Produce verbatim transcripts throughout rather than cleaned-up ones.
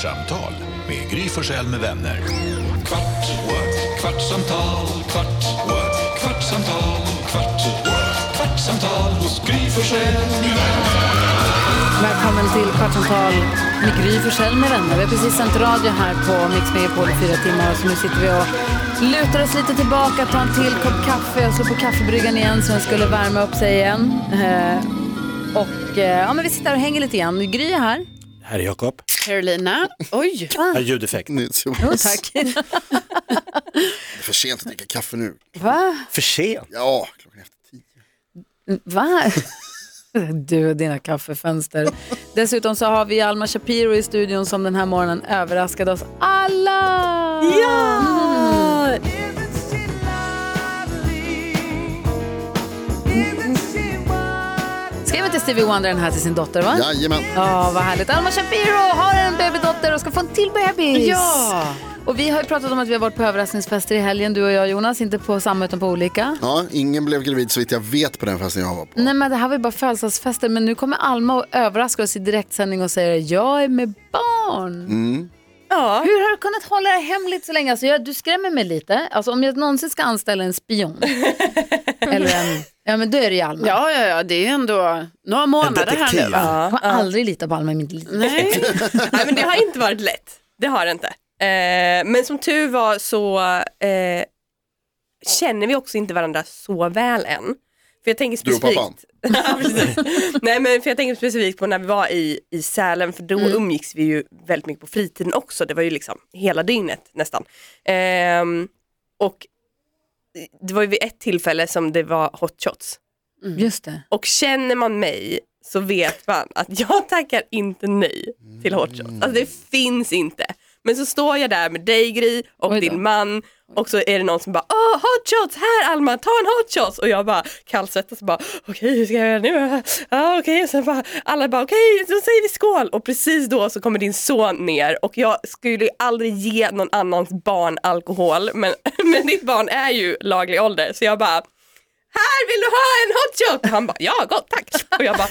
Kvartsamtal med Gry Forssell med vänner. Kvart, what? Kvartsamtal, kvart, what? Kvartsamtal, kvart, what? Kvartsamtal hos Gry Forssell med vänner. Välkommen till Kvartsamtal med Gry Forssell med vänner. Vi har precis sänt radio här på Mix Megapol i fyra timmar. Så nu sitter vi och lutar oss lite tillbaka, tar en till kopp kaffe och så på kaffebryggan igen så den skulle värma upp sig igen. Eh, och eh, ja, men vi sitter och hänger lite igen. Gry är här. Här är Jakob. Carolina. Oj. Här är ljudeffekt. Jo, tack. Det är för sent att dricka kaffe nu. Va? För sent? Ja, klockan efter tio. Va? Du och dina kaffefönster. Dessutom så har vi Alma Shapiro i studion som den här morgonen överraskade oss alla. Ja! Mm. Skrev inte Stevie Wonder den här till sin dotter, va? Jajamän. Ja, vad härligt. Alma Shapiro har en babydotter och ska få en till bebis. Ja! Och vi har ju pratat om att vi har varit på överraskningsfester i helgen, du och jag, Jonas. Inte på samma utan på olika. Ja, ingen blev gravid så vitt jag vet på den festen jag var på. Nej, men det här var ju bara födelsedagsfester. Men nu kommer Alma och överraska oss i direktsändning och säger jag är med barn. Mm. Ja. Hur har du kunnat hålla det hemligt så länge? Alltså, jag, du skrämmer mig lite. Alltså, om jag någonsin ska anställa en spion. Eller en... Ja, men då är det ju Alma. Ja, ja, ja, det är ändå några månader här nu, va? Jag har aldrig litat på Alma i mitt liv. Nej. Nej, men det har inte varit lätt. Det har det inte. Eh, men som tur var så eh, känner vi också inte varandra så väl än. För jag tänker specifikt... Du och pappan? Nej, men för jag tänker specifikt på när vi var i, i Sälen. För då mm. umgicks vi ju väldigt mycket på fritiden också. Det var ju liksom hela dygnet nästan. Eh, och det var ju vid ett tillfälle som det var hot shots. Mm. Just det. Och känner man mig så vet man att jag tackar inte nej till hot shots. Alltså det finns inte. Men så står jag där med dig, Gry, och din man. Och så är det någon som bara, åh, hot shots, här Alma, ta en hot shots. Och jag bara kallsvettas och bara, okej, okay, hur ska jag göra nu? Ja, okej, okay. Och sen bara, alla bara, okej, okay, så säger vi skål. Och precis då så kommer din son ner. Och jag skulle aldrig ge någon annans barn alkohol. Men, men ditt barn är ju laglig ålder. Så jag bara, här, vill du ha en hot shot? Och han bara, ja, gott, tack. Och jag bara,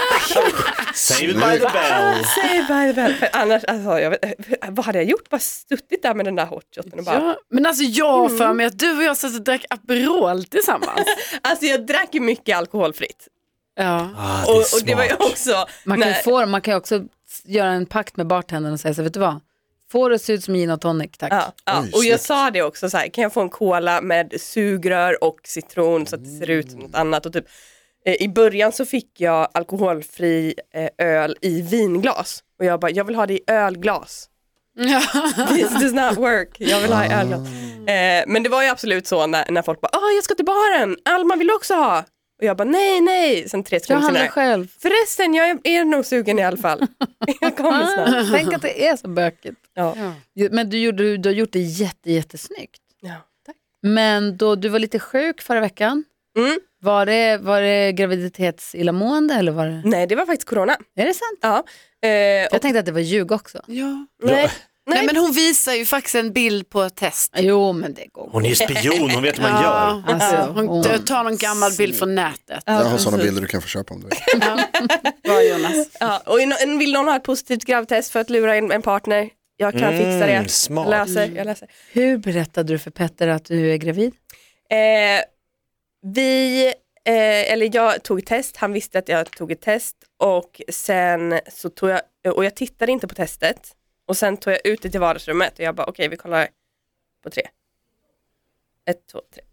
Save it by the bell. Save it by the bell. För annars, alltså, jag vet, vad hade jag gjort? Bara suttit där med den där hot shoten och bara... Ja, men alltså jag för mig att du och jag satt och drack Aperol tillsammans. Alltså jag drack ju mycket alkoholfritt. Ja. Ah, och, och det var ju också... Man kan, när... ju få, man kan ju också göra en pakt med bartendern och säga så, vet du vad? Får det se ut som gin och tonic, tack. Ja, ja. Oj, och jag snyggt. sa det också så här, kan jag få en cola med sugrör och citron så att det ser ut som något annat. Och typ, eh, i början så fick jag alkoholfri eh, öl i vinglas. Och jag bara, jag vill ha det i ölglas. This does not work. Jag vill ha i ölglas. Eh, men det var ju absolut så när, när folk bara, åh, jag ska till baren. Alma vill också ha. Och jag bara, nej, nej. Sen tre Jag sekunder handlar senare. själv. Förresten, jag är, är nog sugen i alla fall. Jag kommer snart. Tänk att det är så bökigt. Ja. Ja. Men du, gjorde, du har gjort det jätte, jättesnyggt. Ja, tack. Men då du var lite sjuk förra veckan. Mm. Var det, var det graviditetsillamående eller var det? Nej, det var faktiskt corona. Är det sant? Ja. Eh, Jag tänkte att det var ljug också. Ja. nej, Nej, nej. men hon visar ju faktiskt en bild på ett test. Jo, men det går. Hon är spion, hon vet vad man gör. Alltså, Hon hon- tar någon gammal bild från nätet. Jag har precis. sådana bilder du kan få köpa om du vill. Bra, Jonas. Ja, och in- vill någon ha ett positivt gravtest för att lura en, en partner? Jag kan Mm, fixa det. smart. Jag löser, jag löser. Hur berättade du för Petter att du är gravid? Eh, vi, eh, eller jag tog ett test. Han visste att jag tog ett test. Och sen så tog jag, och jag tittade inte på testet. Och sen tog jag ut det till vardagsrummet. Och jag bara, okej, okay, vi kollar på tre. Ett, två, tre.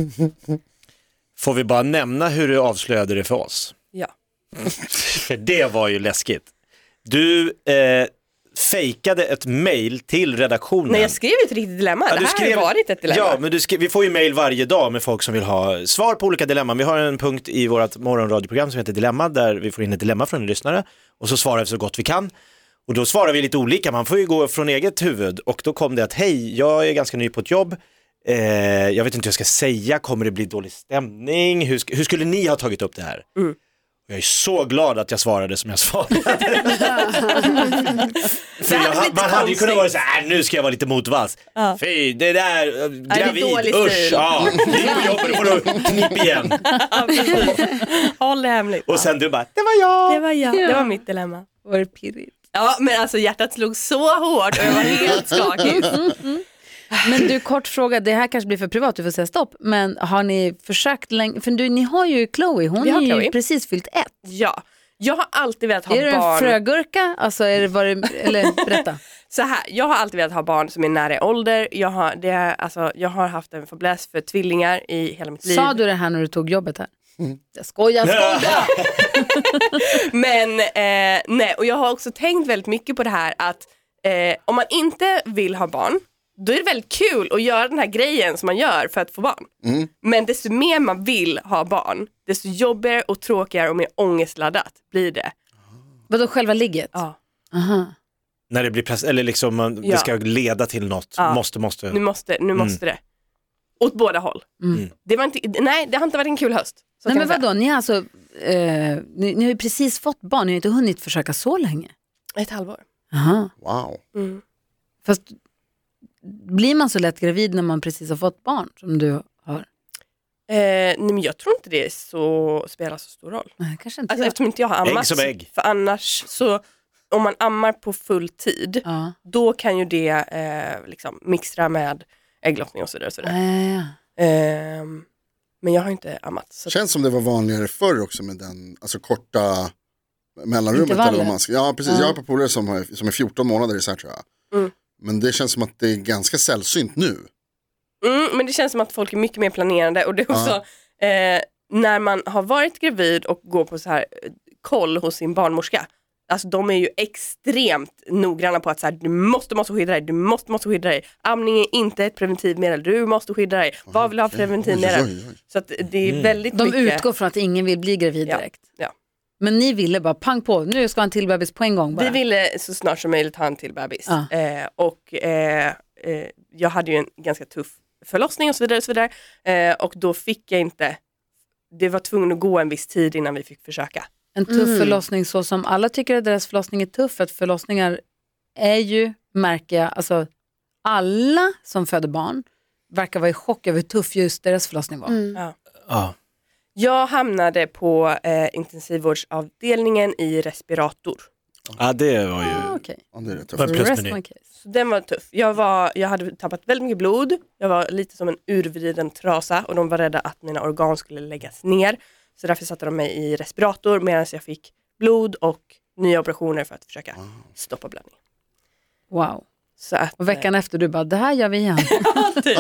Får vi bara nämna hur du avslöjade det för oss? Ja. För det var ju läskigt. Du eh, fejkade ett mejl till redaktionen. Nej, jag skrev ett riktigt dilemma. Ja, det du här skrev- har varit ett dilemma. Ja, men du skrev, vi får ju mejl varje dag med folk som vill ha svar på olika dilemman. Vi har en punkt i vårt morgonradioprogram som heter Dilemma, där vi får in ett dilemma från en lyssnare och så svarar vi så gott vi kan. Och då svarar vi lite olika, man får ju gå från eget huvud. Och då kom det att, hej, jag är ganska ny på ett jobb. Eh, jag vet inte hur jag ska säga, kommer det bli dålig stämning? Hur, sk- hur skulle ni ha tagit upp det här? Mm. Jag är så glad att jag svarade som jag svarade. För jag, lite man hade ju kunnat konstigt. vara så här, nu ska jag vara lite motvass. Ja. Fy, det där, äh, gravid, dålig usch, stil. ja, det är på jobbet, då får du knip igen. Ja, precis. Håll det hemligt. Och sen du bara, det var jag. Det var jag, det var mitt dilemma. Var det pirrigt? Ja, men alltså hjärtat slog så hårt och jag var helt skakig. Men du, kort fråga, det här kanske blir för privat, du får säga stopp. Men har ni försökt länge, för du, ni har ju Chloe, hon har ju precis fyllt ett. Ja, jag har alltid velat ha barn. Är det barn. en frögurka? Alltså, är det vad det, eller berätta. Så här, jag har alltid velat ha barn som är nära i ålder. Jag har, det är, alltså, jag har haft en fäbless för tvillingar i hela mitt liv. Sa du det här när du tog jobbet här? Mm. Jag skojar, skojar. Men eh, nej, och jag har också tänkt väldigt mycket på det här att eh, om man inte vill ha barn, då är det väldigt kul att göra den här grejen som man gör för att få barn. Mm. Men desto mer man vill ha barn, desto jobbigare och tråkigare och mer ångestladdat blir det. Vadå, själva ligget? Ja. Aha. När det blir press, eller liksom man, ja. det ska leda till något. Ja. Måste, måste. Nu måste, nu mm. måste det. Åt båda håll. Mm. Det var inte, nej, det har inte varit en kul höst. Nej, men vadå, ni har alltså, eh, ni, ni har ju precis fått barn, ni har inte hunnit försöka så länge. Ett halvår. Aha. Wow. Mm. Fast blir man så lätt gravid när man precis har fått barn som du har? Eh, nej, men jag tror inte det är så, spelar så stor roll. Nej, kanske inte. Alltså, eftersom inte jag har ammat. Ägg som ägg. För annars så, om man ammar på full tid, ja. då kan ju det eh, liksom mixtra med ägglossning och så vidare. Och så vidare. Ja, ja. Eh, men jag har inte ammat. Så känns som det var vanligare förr också med den alltså korta mellanrummet. Intervaller. Eller vad man ska. Ja, precis. Ja. Jag har på polare som, har, som är fjorton månader isär, tror jag. Mm. Men det känns som att det är ganska sällsynt nu. Mm, men det känns som att folk är mycket mer planerande. Och det är också, eh, när man har varit gravid och går på så här koll hos sin barnmorska. Alltså de är ju extremt noggranna på att så här, du måste, måste skydda dig, du måste, måste skydda dig. Amning är inte ett preventivmedel, du måste skydda dig. Oh, vad vill du ha för preventivmedel? Oj, oj, oj. Så att det är mm. väldigt de mycket. De utgår från att ingen vill bli gravid direkt. Ja, ja. Men ni ville bara pang på, nu ska en till bebis på en gång bara. Vi ville så snart som möjligt ha en till bebis. Ja. Eh, och eh, eh, jag hade ju en ganska tuff förlossning och så vidare. Och, så vidare. Eh, och då fick jag inte, det var tvungen att gå en viss tid innan vi fick försöka. En tuff mm. förlossning så som alla tycker att deras förlossning är tuff. För att förlossningar är ju, märker jag, alltså alla som föder barn verkar vara i chock över hur tuff just deras förlossning var. Mm. Ja. Ja. Jag hamnade på eh, intensivvårdsavdelningen i respirator. Ja, det var ju Ah, okay. Ja, det är rätt var tufft. en Rest plusmeny. my case. Så den var tuff. Jag, var, jag hade tappat väldigt mycket blod. Jag var lite som en urvriden trasa och de var rädda att mina organ skulle läggas ner. Så därför satte de mig i respirator medan jag fick blod och nya operationer för att försöka stoppa blödningen. Wow. Så att, Och veckan efter du bara, det här gör vi igen. typ.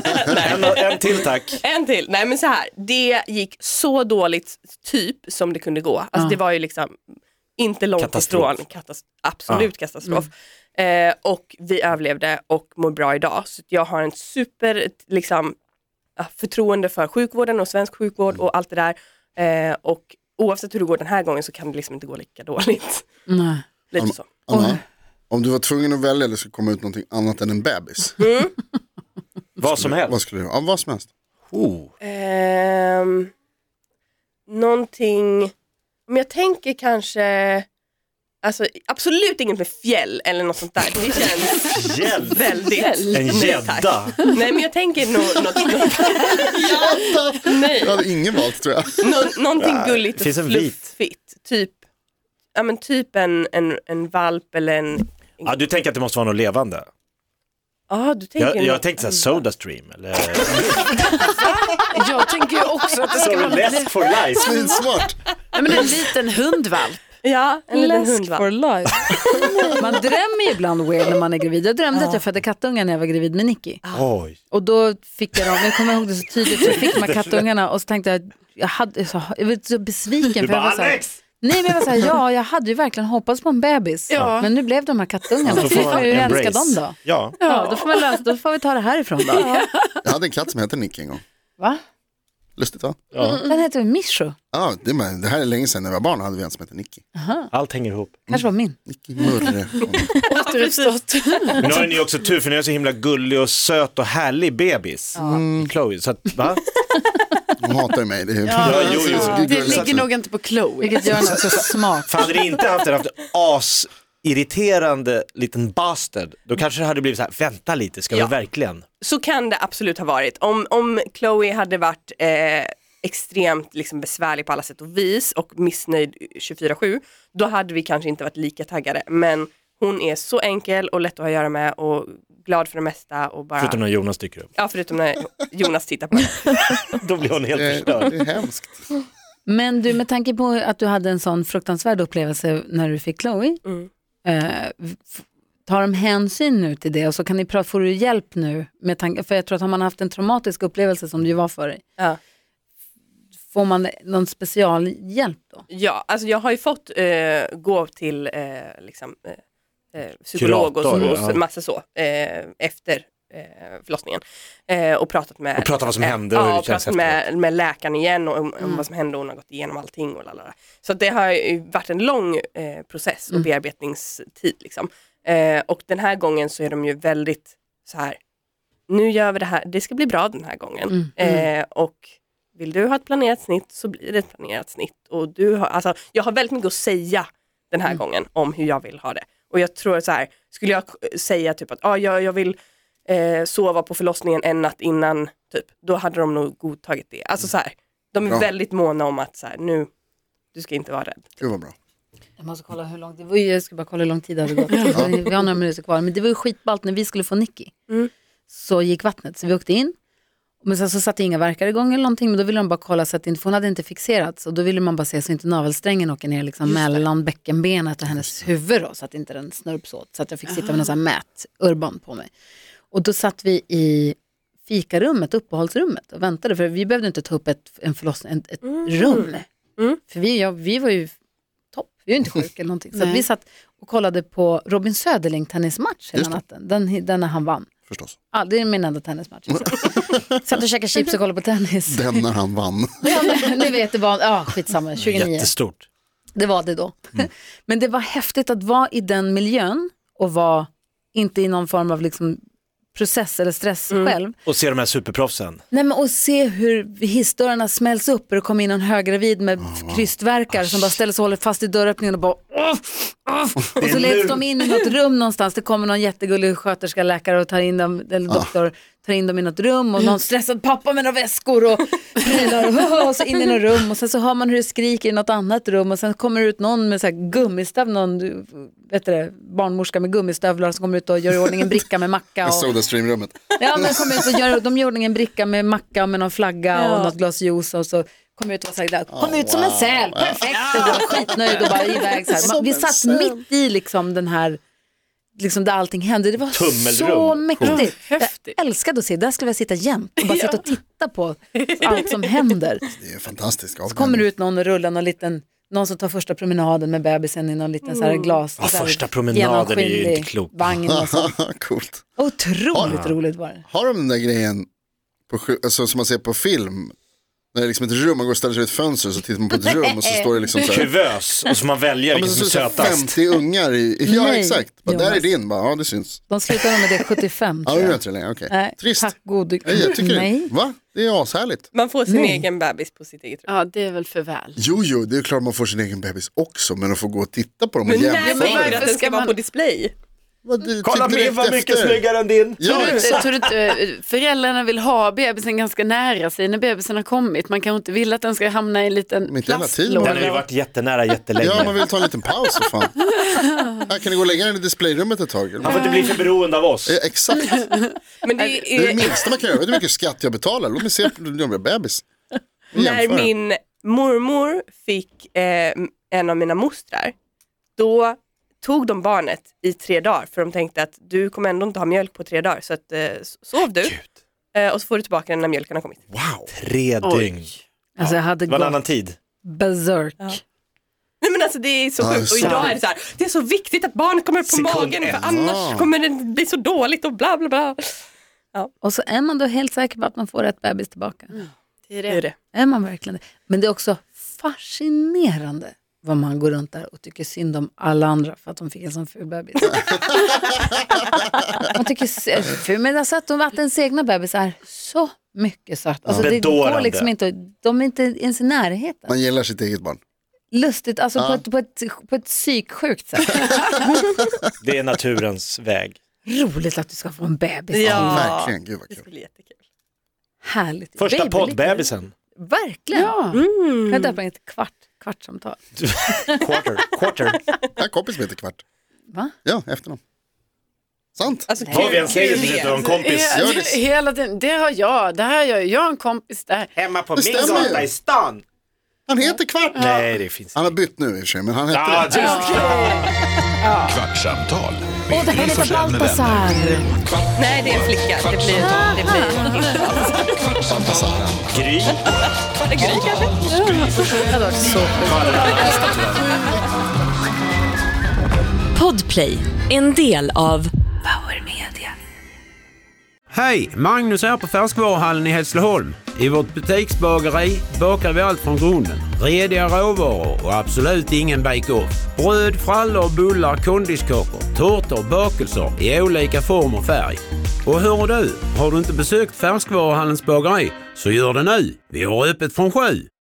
en, en till tack. En till. Nej men så här, det gick så dåligt typ som det kunde gå. Alltså Ja. det var ju liksom inte långt Katastrof. ifrån. Katas- absolut Ja. katastrof. Eh, och vi överlevde och mår bra idag. Så jag har en super liksom, förtroende för sjukvården och svensk sjukvård och allt det där. Eh, och oavsett hur det går den här gången så kan det liksom inte gå lika dåligt. Nej. Lite Om, så. Anna, om du var tvungen att välja eller skulle komma ut någonting annat än en bebis. Mm. Vad som helst. Vad skulle du ja, vad som helst. Oh. Ehm, någonting, om jag tänker kanske, alltså absolut inget med fjäll eller något sånt där. Det känns Fjäll. väldigt. En Nej, tack. gädda. Nej men jag tänker nog något, något nej, Jag hade ingen valt, tror jag. nå, någonting gulligt och finns en vit. fluffigt. Typ, ja men typ en, en, en valp eller en. Ja, du tänker att det måste vara något levande. Ja, du tänker Jag, jag något- tänkte såhär SodaStream eller Jag tänker ju också att det ska vara Läsk for life. Svinsmart. Nej, men en liten hundvalp. Ja, en liten Läsk hundvalp. for life. Man drömmer ju ibland weird när man är gravid. Jag drömde att jag födde kattungar när jag var gravid med Nicky. Oj. Och då fick jag dem, jag kommer ihåg det så tydligt, så jag fick de här kattungarna och så tänkte jag, jag, hade, så, jag var så besviken. Du för jag bara var så här, Alex! nej men jag var så här, ja jag hade ju verkligen hoppats på en bebis. Ja. Men nu blev de här kattungarna. Då Så får får man jag ju älska embrace. dem då. Ja. Ja, då får, man lösa, då får vi ta det härifrån då. Jag hade en katt som hette Nick en gång. Va? Lustigt, va? ja. Den heter Misho. Ja, det, med, det här är länge sedan när jag var barn hade vi en som hette Nicky. Allt hänger ihop. Kanske var min. Nicky Murre. Återuppstått. Men nu har ni också tur för ni är så himla gullig och söt och härlig bebis. Mm. Chloe, så att, va? Hon hatar ju mig. Det, är, Ja, jo, jo. det är Det gulligt. ligger nog inte på Chloe. Vilket gör den också smart. För hade ni inte haft en haft as irriterande liten bastard, då kanske det hade blivit så här, vänta lite, ska Ja. vi verkligen? Så kan det absolut ha varit. Om, om Chloe hade varit eh, extremt liksom besvärlig på alla sätt och vis och missnöjd tjugofyra sju, då hade vi kanske inte varit lika taggade. Men hon är så enkel och lätt att ha att göra med och glad för det mesta. Och bara... Förutom när Jonas dyker upp. Ja, förutom när Jonas tittar på mig. Då blir hon helt Det, förstörd. det är hemskt. Men du, med tanke på att du hade en sån fruktansvärd upplevelse när du fick Chloe, Mm. eh, f- tar de hänsyn nu till det och så kan ni prata, får du hjälp nu med tanke, för jag tror att har man haft en traumatisk upplevelse som det ju var för dig, Ja. får man någon specialhjälp då? Ja, alltså jag har ju fått eh, gå till eh, liksom, eh, eh, psykolog och, Kurator, så, och ja. så, massa så eh, efter eh, förlossningen eh, och pratat med Och pratat vad som eh, hände och hur ja, det och känns pratat med, med läkaren igen och om, om vad som hände och hon har gått igenom allting och lalala. Så det har ju varit en lång eh, process och Mm. bearbetningstid liksom. Eh, och den här gången så är de ju väldigt så här, nu gör vi det här, det ska bli bra den här gången. Mm. Eh, och vill du ha ett planerat snitt så blir det ett planerat snitt. Och du har, alltså, jag har väldigt mycket att säga den här Mm. gången om hur jag vill ha det. Och jag tror så här, skulle jag k- säga typ att ah, jag, jag vill eh, sova på förlossningen en natt innan, typ, då hade de nog godtagit det. Alltså så här, de är Bra. väldigt måna om att så här, nu, du ska inte vara rädd. Gud vad bra. Jag måste kolla hur långt, det var ju, jag ska bara kolla hur lång tid det hade gått. Vi har några minuter kvar, men det var ju skitballt när vi skulle få Nicky. Mm. Så gick vattnet, så vi åkte in. Men sen så satte inga verkar igång eller någonting, men då ville de bara kolla så att inte, för hon hade inte fixerats. Och då ville man bara se så inte navelsträngen åker ner liksom mellan bäckenbenet och hennes huvud då, så att inte den snurps åt. Så att jag fick sitta med någon sån här mät urban på mig. Och då satt vi i fikarummet, uppehållsrummet och väntade, för vi behövde inte ta upp ett, en förlossning, ett, ett rum. Mm. För vi, ja, vi var ju topp, vi var ju inte sjuka eller någonting. Så att vi satt och kollade på Robin Söderling tennismatch hela Just det. natten, den, den när han vann. Förstås. Ja, det är min enda tennismatch. Satt och käkade chips och kollade på tennis. Den när han vann. Ja, men, ni vet, det var, ja skitsamma, tjugonio. Jättestort. Det var det då. Men det var häftigt att vara i den miljön och vara inte i någon form av liksom process eller stress själv. Och se de här superproffsen. Nej, men och se hur hissdörrarna smälls upp och det kommer in en höggravid med krystverkar som bara ställer sig och håller fast i dörröppningen och bara "Uff, uff." Och så leds de in i något rum någonstans. Det kommer någon jättegullig sköterska, läkare och tar in dem, eller doktor tar in dem i något rum och någon stressad pappa med några väskor och prylar och så in i något rum och sen så hör man hur det skriker i något annat rum och sen kommer det ut någon med så här gummistövlar, någon vet du det, barnmorska med gummistövlar som kommer ut och gör i ordning en bricka med macka och Sodastream-rummet. ja, men kommer ut och gör, de gjorde en bricka med macka med någon flagga och något glas juice och så kom ut och var så här, kom ut som en säl, perfekt, och var skitnöjd och bara iväg så här. Man, vi satt mitt i liksom den här, liksom där allting hände, det var Tummelrum. så mäktigt. Häftigt. Jag älskade att se, där skulle jag sitta jämt och bara sitta och titta på allt som händer. Det är fantastiskt. Så kommer det ut någon och rullar någon liten, någon som tar första promenaden med bebisen i någon liten så här glas. Ja, så här första promenaden är ju genomskinlig inte klok. vagn och så. Coolt. Otroligt roligt var det. Har de den där grejen på, sju- alltså, som man ser på film? När det är liksom ett rum, man går och ställer sig vid ett fönster och så tittar man på ett rum och så står det liksom så här. Kuvös, och så man väljer Ja, men liksom så står det så här sötast. femtio ungar i, ja Nej, exakt, bara, där Jonas. är din, bara, ja det syns. De slutade med det sjuttiofem Ja tror det jag. vet jag längre, okej. Nej, Trist. tack gode Nej, jag tycker Nej. det. Va? Det är ashärligt. Man får sin Nej. egen bebis på sitt eget rum. Ja, det är väl för väl. Jo, jo, det är klart man får sin egen bebis också, men att få gå och titta på dem och Men när jämföra. säger du att varför den ska ska vara man- på display? Vad, det- Kolla typ min direkt var mycket efter. snyggare än din. Ja, Tror du, exakt. tror du inte eh, föräldrarna vill ha bebisen ganska nära sig när bebisen har kommit? Man kanske inte vill att den ska hamna i en liten Men inte hela tiden. Den har ju plastlåda. varit jättenära jättelänge. Ja, man vill ta en liten paus för fan. Här kan ni gå och lägga den i displayrummet ett tag. eller? Man får inte bli för beroende av oss. Ja, exakt, Men det det är det är, minsta man kan göra. Vet du hur mycket skatt jag betalar? Låt mig se på din bebis. Vi när jämför. min mormor fick eh, en av mina mostrar, då tog de barnet i tre dagar för de tänkte att du kommer ändå inte ha mjölk på tre dagar så att, eh, sov du eh, och så får du tillbaka den när mjölken har kommit. Wow. Tre dygn. Oj. Alltså jag hade Det var en gått annan tid. berserk. Ja. Nej men alltså det är så Ja, sjukt och sant. idag är det så här, det är så viktigt att barnet kommer upp på Sekund magen ett. för annars Ja. kommer det bli så dåligt och bla bla bla. Och så är man då helt säker på att man får rätt bebis tillbaka. Det är Det är det. det. Är man verkligen det? Men det är också fascinerande vad man går runt där och tycker synd om alla andra för att de fick en sån ful bebis. Man tycker s- ful, men alltså att de vattens egna bebis är så mycket sött. Alltså det går Bedårande. liksom inte, de är inte ens i närheten. Man gillar sitt eget barn. Lustigt, alltså Ja. på, ett, på, ett, på ett psyksjukt sätt. Det är naturens väg. Roligt att du ska få en bebis. Ja. Verkligen, gud vad Det kul. skulle bli jättekul. Härligt. Första Baby, poddbebisen. Verkligen. Ja. Mm. Jag döper inte kvart, kvartsamtal. Quarter, quarter. Jag har en kompis som heter Kvart. Va? Ja, efternamn. Sant. Alltså, Vad vi än säger så sitter en kompis Ja, Gör det, hela den, det har jag, det här har jag, jag har en kompis där. hemma på Det min stämmer gata ju. i stan. Han heter Kvart. Nej, det finns Han har bytt nu i och för sig, men han hette Ja, det. just Kvartsamtal Åh, med det här Gry heter Forssell med Baltasar. vänner. Kvart, Nej, det är en flicka. Det blir, det blir kvartsamtal, Gry. Gry kanske. Gry Forssell. Podplay, en del av Power Media. Hej, Magnus här på Färskvaruhallen i Hässleholm. I vårt butiksbageri bakar vi allt från grunden. Rediga råvaror och absolut ingen bake-off. Bröd, frallor, bullar, kondiskakor, tårtor, bakelser i olika form och färg. Och hör du, har du inte besökt Färskvaruhallens bageri så gör det nu. Vi har öppet från sju.